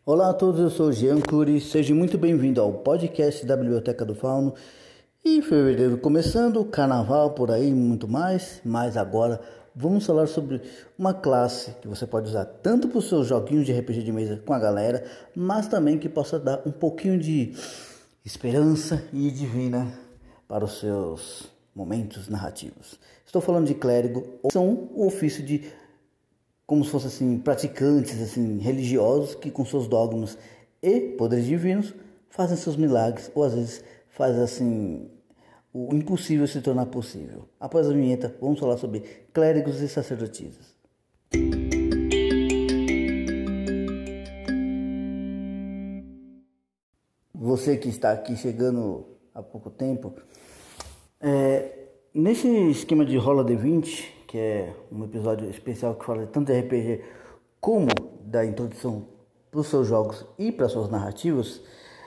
Olá a todos, eu sou o Jean Cury, seja muito bem-vindo ao podcast da Biblioteca do Fauno. E fevereiro começando, carnaval por aí, muito mais, mas agora vamos falar sobre uma classe que você pode usar tanto para os seus joguinhos de RPG de mesa com a galera, mas também que possa dar um pouquinho de esperança e divina para os seus momentos narrativos. Estou falando de clérigo, são o ofício de como se fossem assim, praticantes assim, religiosos que com seus dogmas e poderes divinos fazem seus milagres ou às vezes fazem assim o impossível se tornar possível. Após a vinheta, vamos falar sobre clérigos e sacerdotisas. Você que está aqui chegando há pouco tempo, nesse esquema de Rola D20, que é um episódio especial que fala tanto de RPG como da introdução para os seus jogos e para suas narrativas,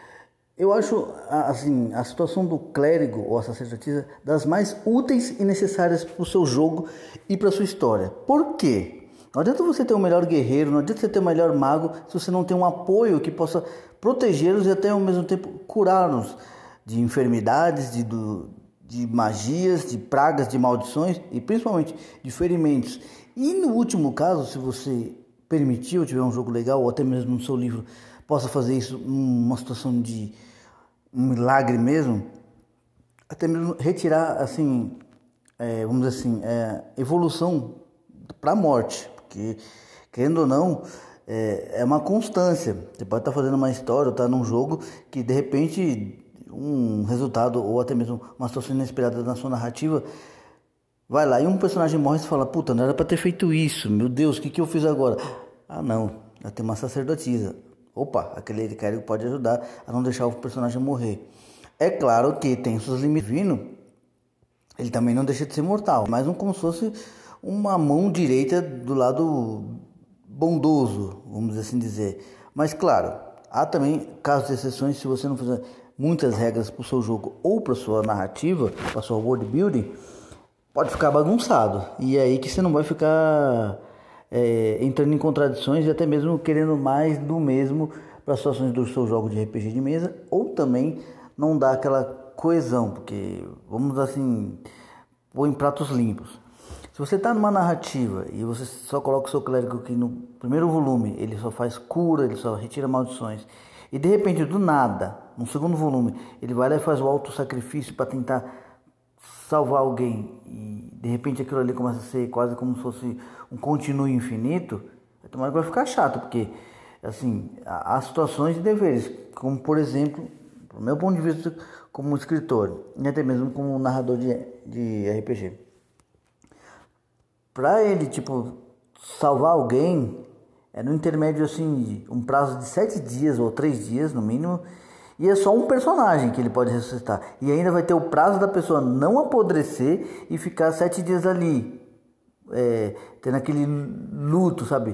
eu acho assim, a situação do clérigo ou a sacerdotisa das mais úteis e necessárias para o seu jogo e para a sua história. Por quê? Não adianta você ter o melhor guerreiro, não adianta você ter o melhor mago se você não tem um apoio que possa protegê-los e até ao mesmo tempo curá-los de enfermidades, de magias, de pragas, de maldições e principalmente de ferimentos. E no último caso, se você permitir ou tiver um jogo legal ou até mesmo no seu livro possa fazer isso numa situação de um milagre mesmo, até mesmo retirar assim, vamos dizer assim, evolução para a morte, porque querendo ou não é uma constância. Você pode estar fazendo uma história ou estar num jogo que de repente um resultado ou até mesmo uma situação inesperada na sua narrativa vai lá e um personagem morre e você fala, puta, não era pra ter feito isso, meu Deus, o que eu fiz agora? Ah não, já tem uma sacerdotisa, opa, aquele clérigo pode ajudar a não deixar o personagem morrer. É claro que tem seus limites divinos, ele também não deixa de ser mortal, mas como se fosse uma mão direita do lado bondoso, vamos assim dizer. Mas claro, há também casos de exceções. Se você não fizer muitas regras para o seu jogo ou para a sua narrativa, para a sua world building, pode ficar bagunçado. E é aí que você não vai ficar entrando em contradições e até mesmo querendo mais do mesmo para as situações do seu jogo de RPG de mesa, ou também não dá aquela coesão, porque vamos assim pôr em pratos limpos. Se você está numa narrativa e você só coloca o seu clérigo que no primeiro volume ele só faz cura, ele só retira maldições, e de repente do nada, no segundo volume, ele vai lá e faz o auto-sacrifício para tentar salvar alguém, e de repente aquilo ali começa a ser quase como se fosse um contínuo infinito, vai ficar chato, porque assim, há situações e deveres, como por exemplo, do meu ponto de vista como escritor, e até mesmo como narrador de RPG. Pra ele, salvar alguém, no intermédio, assim, de um prazo de 7 dias ou 3 dias, no mínimo, e é só um personagem que ele pode ressuscitar. E ainda vai ter o prazo da pessoa não apodrecer e ficar 7 dias ali, tendo aquele luto, sabe,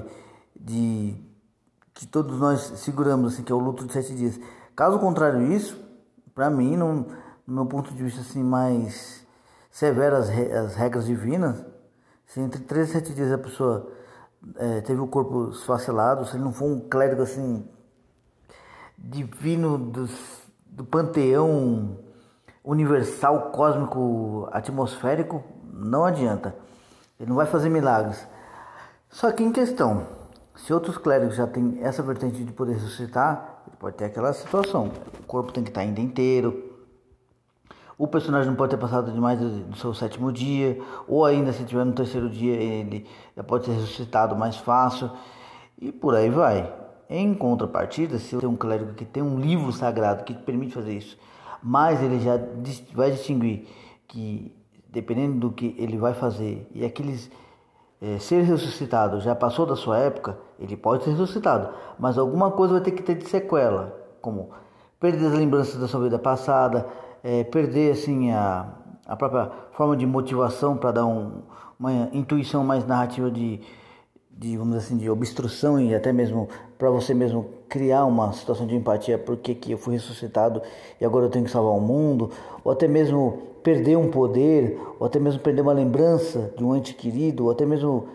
que todos nós seguramos, assim, que é o luto de 7 dias. Caso contrário isso, pra mim, no meu ponto de vista, assim, mais severo as regras divinas, se entre 3 e 7 dias a pessoa teve o corpo esfacelado, se ele não for um clérigo assim divino do panteão universal, cósmico, atmosférico, não adianta. Ele não vai fazer milagres. Só que em questão, se outros clérigos já têm essa vertente de poder ressuscitar, ele pode ter aquela situação. O corpo tem que estar ainda inteiro. O personagem não pode ter passado de mais do seu 7º dia, ou ainda se tiver no 3º dia ele já pode ser ressuscitado mais fácil, e por aí vai. Em contrapartida, se tem um clérigo que tem um livro sagrado que permite fazer isso, mas ele já vai distinguir que, dependendo do que ele vai fazer, e aqueles ser ressuscitado já passou da sua época, ele pode ser ressuscitado, mas alguma coisa vai ter que ter de sequela, como perder as lembranças da sua vida passada, perder assim a própria forma de motivação para dar uma intuição mais narrativa de vamos dizer assim, de obstrução, e até mesmo para você mesmo criar uma situação de empatia, porque que eu fui ressuscitado e agora eu tenho que salvar o mundo, ou até mesmo perder um poder, ou até mesmo perder uma lembrança de um ente querido, ou até mesmo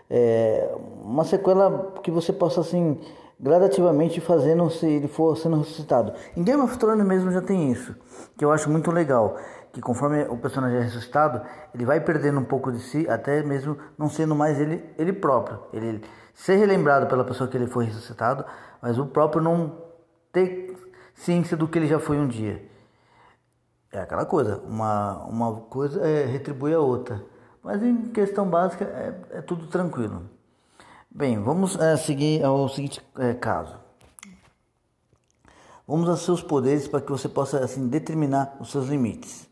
uma sequela que você possa assim gradativamente fazendo se ele for sendo ressuscitado. Em Game of Thrones mesmo já tem isso, que eu acho muito legal, que conforme o personagem é ressuscitado, ele vai perdendo um pouco de si, até mesmo não sendo mais ele próprio. Ele ser relembrado pela pessoa que ele foi ressuscitado, mas o próprio não ter ciência do que ele já foi um dia. É aquela coisa, uma coisa retribui a outra. Mas em questão básica é tudo tranquilo. Bem, vamos seguir ao seguinte caso. Vamos aos seus poderes para que você possa assim determinar os seus limites.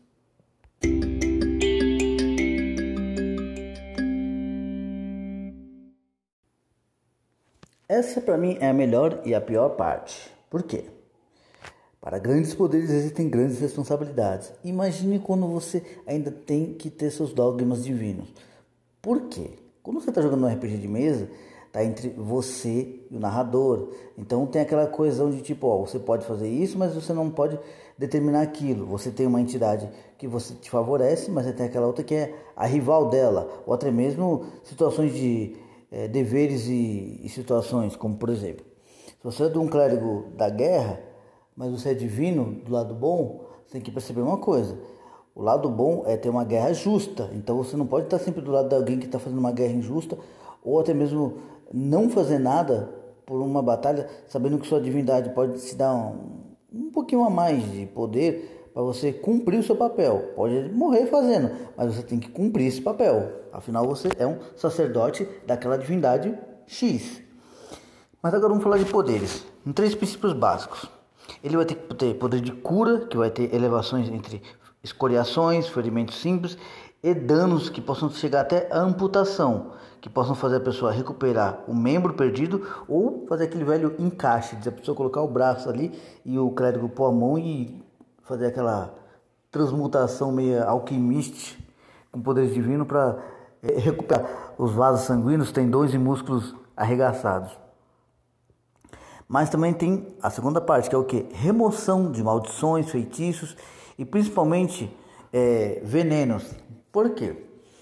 Essa para mim é a melhor e a pior parte. Por quê? Para grandes poderes existem grandes responsabilidades. Imagine quando você ainda tem que ter seus dogmas divinos. Por quê? Quando você está jogando um RPG de mesa, tá entre você e o narrador. Então tem aquela coesão de tipo, você pode fazer isso, mas você não pode determinar aquilo. Você tem uma entidade que você te favorece, mas você tem aquela outra que é a rival dela. Ou até mesmo situações de deveres e situações, como por exemplo, se você é de um clérigo da guerra, mas você é divino do lado bom, você tem que perceber uma coisa. O lado bom é ter uma guerra justa. Então você não pode estar sempre do lado de alguém que está fazendo uma guerra injusta, ou até mesmo não fazer nada por uma batalha, sabendo que sua divindade pode te dar um pouquinho a mais de poder para você cumprir o seu papel. Pode morrer fazendo, mas você tem que cumprir esse papel. Afinal, você é um sacerdote daquela divindade X. Mas agora vamos falar de poderes. Em 3 princípios básicos. Ele vai ter poder de cura, que vai ter elevações entre escoriações, ferimentos simples e danos que possam chegar até a amputação, que possam fazer a pessoa recuperar o membro perdido ou fazer aquele velho encaixe, de a pessoa colocar o braço ali e o clérigo pôr a mão e fazer aquela transmutação meio alquimista com poderes divinos para recuperar os vasos sanguíneos, tendões e músculos arregaçados. Mas também tem a segunda parte, que é o que? Remoção de maldições, feitiços e principalmente venenos. Por quê?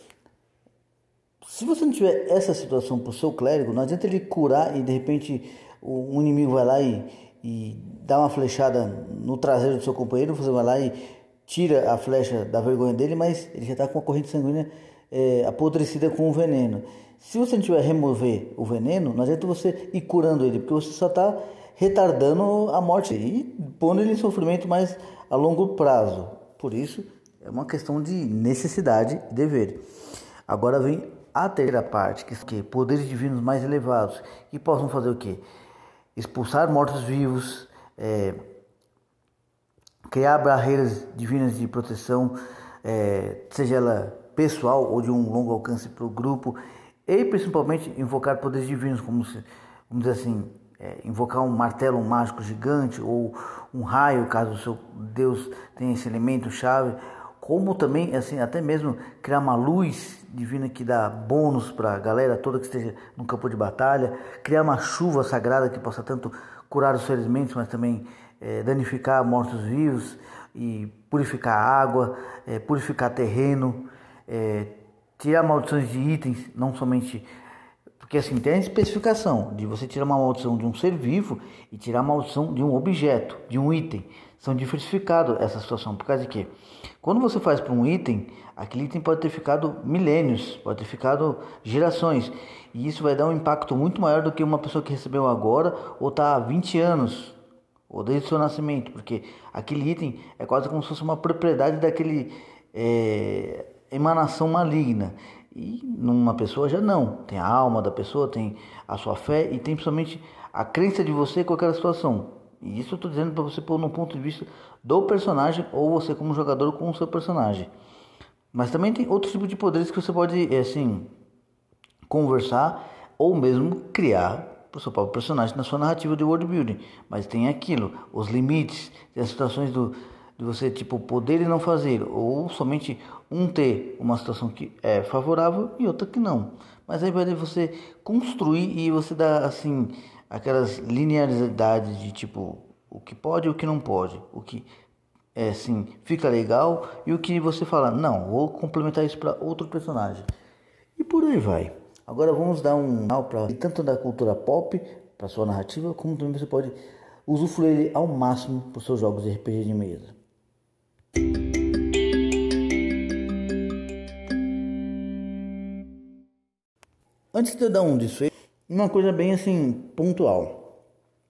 Se você não tiver essa situação para o seu clérigo, não adianta ele curar e de repente um inimigo vai lá e dá uma flechada no traseiro do seu companheiro, você vai lá e tira a flecha da vergonha dele, mas ele já está com a corrente sanguínea apodrecida com o veneno. Se você não tiver remover o veneno, não adianta você ir curando ele, porque você só está retardando a morte e pondo ele em sofrimento mais a longo prazo. Por isso, é uma questão de necessidade e dever. Agora vem a terceira parte, que é poderes divinos mais elevados, que possam fazer o quê? Expulsar mortos-vivos, criar barreiras divinas de proteção, seja ela pessoal ou de um longo alcance para o grupo, e principalmente invocar poderes divinos, como vamos dizer assim, invocar um martelo mágico gigante ou um raio, caso o seu Deus tenha esse elemento chave, como também assim até mesmo criar uma luz divina que dá bônus para a galera toda que esteja no campo de batalha, criar uma chuva sagrada que possa tanto curar os ferimentos, mas também danificar mortos-vivos e purificar água, purificar terreno, tirar maldições de itens, não somente... Porque assim, tem a especificação de você tirar uma maldição de um ser vivo e tirar a maldição de um objeto, de um item. São diversificados essa situação, por causa de quê? Quando você faz para um item, aquele item pode ter ficado milênios, pode ter ficado gerações. E isso vai dar um impacto muito maior do que uma pessoa que recebeu agora ou está há 20 anos, ou desde o seu nascimento. Porque aquele item é quase como se fosse uma propriedade daquele emanação maligna. E numa pessoa já não. Tem a alma da pessoa, tem a sua fé e tem principalmente a crença de você com aquela situação. E isso eu estou dizendo para você pôr no ponto de vista do personagem ou você como jogador com o seu personagem. Mas também tem outros tipos de poderes que você pode assim conversar ou mesmo criar para o seu próprio personagem na sua narrativa de world building. Mas tem aquilo, os limites, tem as situações de você tipo poder e não fazer, ou somente ter uma situação que é favorável e outra que não. Mas aí vai você construir e você dar assim aquelas linearidades de tipo o que pode e o que não pode, o que assim fica legal e o que você fala não, vou complementar isso para outro personagem e por aí vai. Agora vamos dar um final para tanto da cultura pop, para sua narrativa, como também você pode usufruir ele ao máximo para os seus jogos de RPG de mesa. Antes de eu dar um disso aí, uma coisa bem assim, pontual.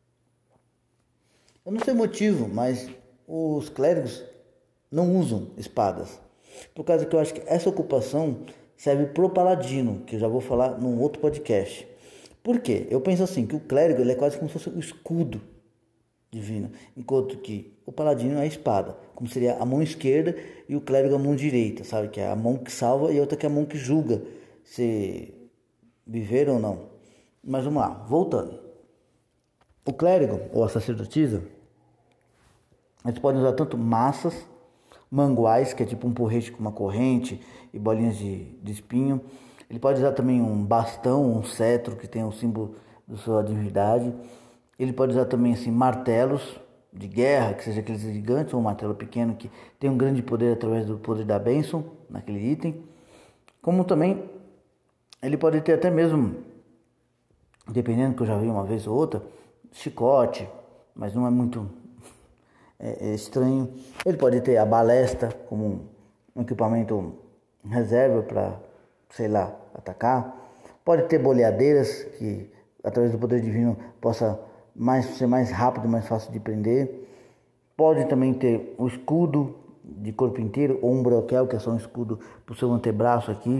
Eu não sei o motivo, mas os clérigos não usam espadas. Por causa que eu acho que essa ocupação serve pro paladino, que eu já vou falar num outro podcast. Por quê? Eu penso assim, que o clérigo ele é quase como se fosse o escudo divino, enquanto que o paladino é a espada, como seria a mão esquerda e o clérigo a mão direita, sabe? Que é a mão que salva e a outra que é a mão que julga se viver ou não. Mas vamos lá, voltando. O clérigo ou a sacerdotisa, eles podem usar tanto massas, manguais, que é tipo um porrete com uma corrente e bolinhas de espinho. Ele pode usar também um bastão, um cetro, que tem o símbolo da sua divindade. Ele pode usar também assim, martelos de guerra, que seja aqueles gigantes, ou um martelo pequeno que tem um grande poder através do poder da bênção naquele item. Como também ele pode ter até mesmo, dependendo, que eu já vi uma vez ou outra, chicote, mas não é muito estranho. Ele pode ter a balesta como um equipamento reserva para, sei lá, atacar. Pode ter boleadeiras que, através do poder divino, possa ser mais rápido, mais fácil de prender. Pode também ter o escudo de corpo inteiro, ou um broquel, que é só um escudo para o seu antebraço aqui.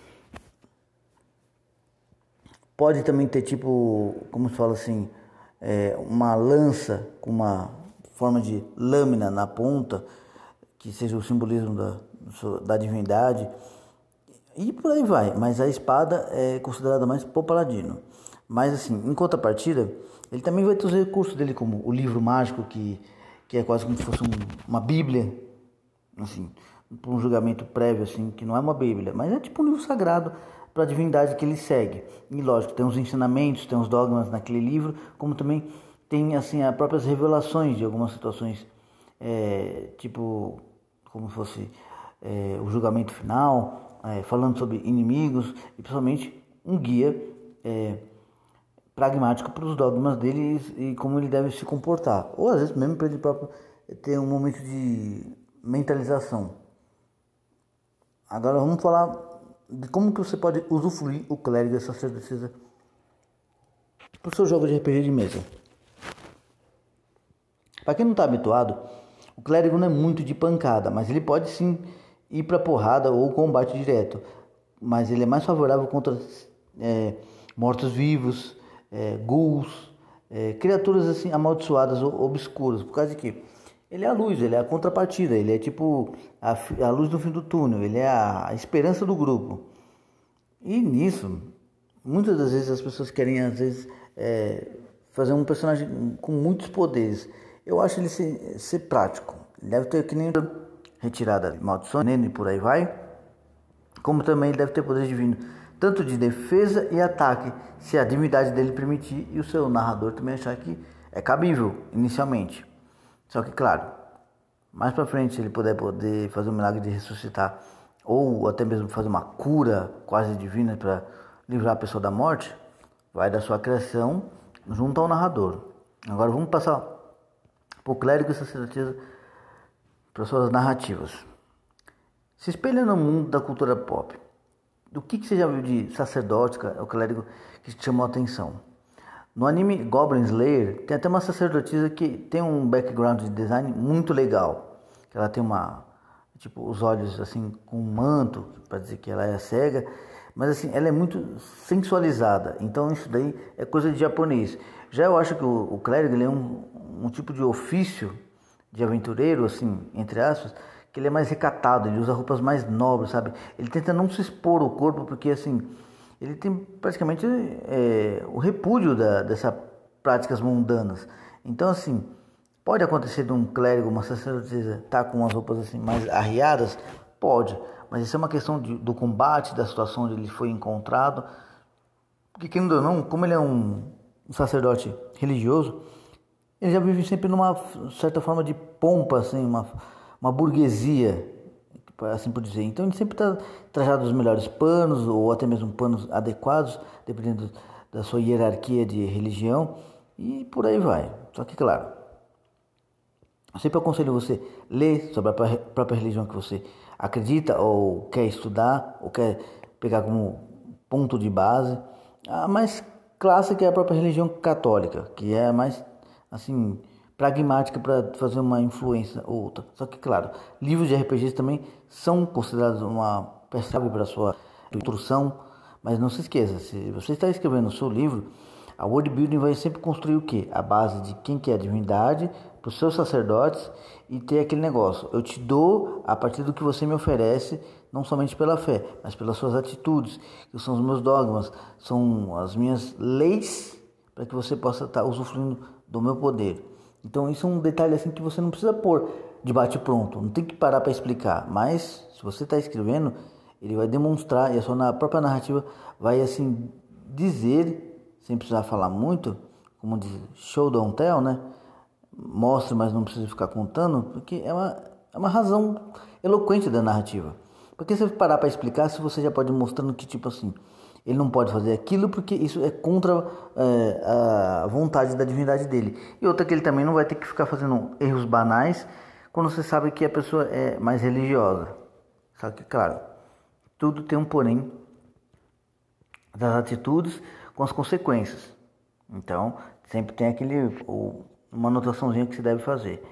Pode também ter tipo, como se fala assim, uma lança com uma forma de lâmina na ponta, que seja o simbolismo da divindade. E por aí vai, mas a espada é considerada mais pro paladino. Mas assim, em contrapartida, ele também vai ter os recursos dele, como o livro mágico, que é quase como se fosse uma bíblia, assim, para um julgamento prévio, assim, que não é uma bíblia, mas é tipo um livro sagrado para a divindade que ele segue. E lógico, tem os ensinamentos, tem os dogmas naquele livro, como também tem assim as próprias revelações de algumas situações, tipo como se fosse o julgamento final, falando sobre inimigos, e principalmente um guia pragmático para os dogmas dele e como ele deve se comportar, ou às vezes mesmo para ele próprio ter um momento de mentalização. Agora vamos falar de como que você pode usufruir o clérigo e a sacerdotisa para o seu jogo de RPG de mesa. Para quem não está habituado, o clérigo não é muito de pancada, mas ele pode sim ir para porrada ou combate direto. Mas ele é mais favorável contra mortos-vivos, ghouls, criaturas assim amaldiçoadas ou obscuras. Por causa de que ele é a luz, ele é a contrapartida, ele é tipo a luz no fim do túnel, ele é a esperança do grupo. E nisso, muitas das vezes as pessoas querem às vezes fazer um personagem com muitos poderes. Eu acho ele ser prático. Ele deve ter que nem retirada de maldições, e por aí vai. Como também ele deve ter poder divino, tanto de defesa e ataque, se a divindade dele permitir e o seu narrador também achar que é cabível inicialmente. Só que claro, mais pra frente, se ele poder fazer um milagre de ressuscitar, ou até mesmo fazer uma cura quase divina para livrar a pessoa da morte, vai da sua criação junto ao narrador. Agora vamos passar para o clérigo e sacerdotisa para suas narrativas. Se espelha no mundo da cultura pop. O que você já viu de sacerdote, o clérigo, que te chamou a atenção? No anime Goblin Slayer, tem até uma sacerdotisa que tem um background de design muito legal. Ela tem os olhos assim com um manto, para dizer que ela é cega, mas assim, ela é muito sensualizada. Então isso daí é coisa de japonês. Já eu acho que o clérigo ele é um tipo de ofício de aventureiro, assim, entre aspas, que ele é mais recatado, ele usa roupas mais nobres, sabe? Ele tenta não se expor o corpo, porque assim, ele tem praticamente o repúdio dessas práticas mundanas. Então assim, pode acontecer de um clérigo, uma sacerdotisa, estar com umas roupas assim mais arriadas? Pode, mas isso é uma questão do combate, da situação onde ele foi encontrado. Porque querendo ou não, como ele é um sacerdote religioso, ele já vive sempre numa certa forma de pompa, assim, uma burguesia, assim por dizer. Então ele sempre está trajado os melhores panos, ou até mesmo panos adequados, dependendo da sua hierarquia de religião, e por aí vai. Só que, claro, eu sempre aconselho você ler sobre a própria religião que você acredita, ou quer estudar, ou quer pegar como ponto de base. A mais clássica é a própria religião católica, que é a mais, assim, pragmática para fazer uma influência ou outra. Só que, claro, livros de RPGs também são considerados uma peça-chave para a sua instrução, mas não se esqueça, se você está escrevendo o seu livro, a world building vai sempre construir o quê? A base de quem que é a divindade, para os seus sacerdotes, e ter aquele negócio. Eu te dou a partir do que você me oferece, não somente pela fé, mas pelas suas atitudes, que são os meus dogmas, são as minhas leis, para que você possa estar usufruindo do meu poder. Então isso é um detalhe assim que você não precisa pôr de bate pronto, não tem que parar para explicar, mas se você está escrevendo, ele vai demonstrar, e a sua própria narrativa vai assim dizer, sem precisar falar muito, como diz show don't tell, né? Mostre, mas não precisa ficar contando, porque é uma razão eloquente da narrativa. Porque se você parar para explicar, se você já pode ir mostrando que tipo assim, ele não pode fazer aquilo porque isso é contra a vontade da divindade dele. E outra que ele também não vai ter que ficar fazendo erros banais quando você sabe que a pessoa é mais religiosa. Só que, claro, tudo tem um porém das atitudes com as consequências. Então, sempre tem uma anotaçãozinha que você deve fazer.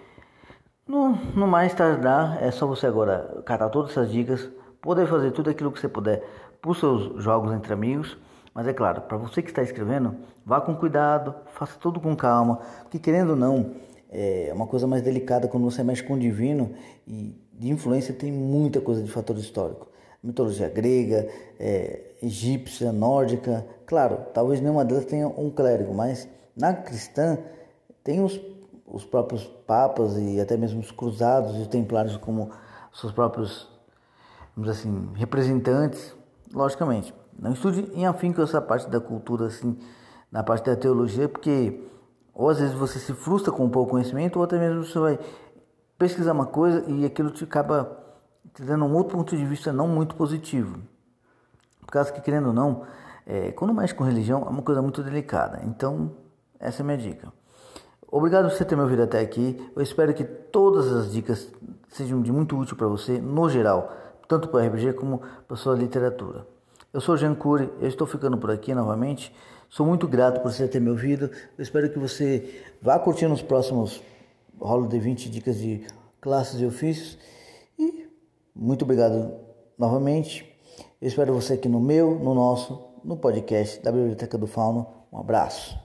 No mais tardar, é só você agora catar todas essas dicas, poder fazer tudo aquilo que você puder para os seus jogos entre amigos. Mas é claro, para você que está escrevendo, vá com cuidado, faça tudo com calma, porque querendo ou não, é uma coisa mais delicada quando você mexe com o divino, e de influência tem muita coisa de fator histórico. Mitologia grega, egípcia, nórdica, claro, talvez nenhuma delas tenha um clérigo, mas na cristã tem os próprios papas e até mesmo os cruzados e os templários como seus próprios, vamos dizer assim, representantes. Logicamente, não estude em afinco essa parte da cultura, assim, na parte da teologia, porque ou às vezes você se frustra com um pouco conhecimento, ou até mesmo você vai pesquisar uma coisa e aquilo te acaba te dando um outro ponto de vista não muito positivo. Por causa que, querendo ou não, quando mexe com religião é uma coisa muito delicada. Então, essa é a minha dica. Obrigado por você ter me ouvido até aqui. Eu espero que todas as dicas sejam de muito útil para você, no geral, tanto para o RPG como para a sua literatura. Eu sou o Jean Cury, eu estou ficando por aqui novamente. Sou muito grato por você ter me ouvido. Eu espero que você vá curtindo os próximos Rolo de 20 dicas de classes e ofícios. E muito obrigado novamente. Eu espero você aqui no nosso podcast da Biblioteca do Fauno. Um abraço.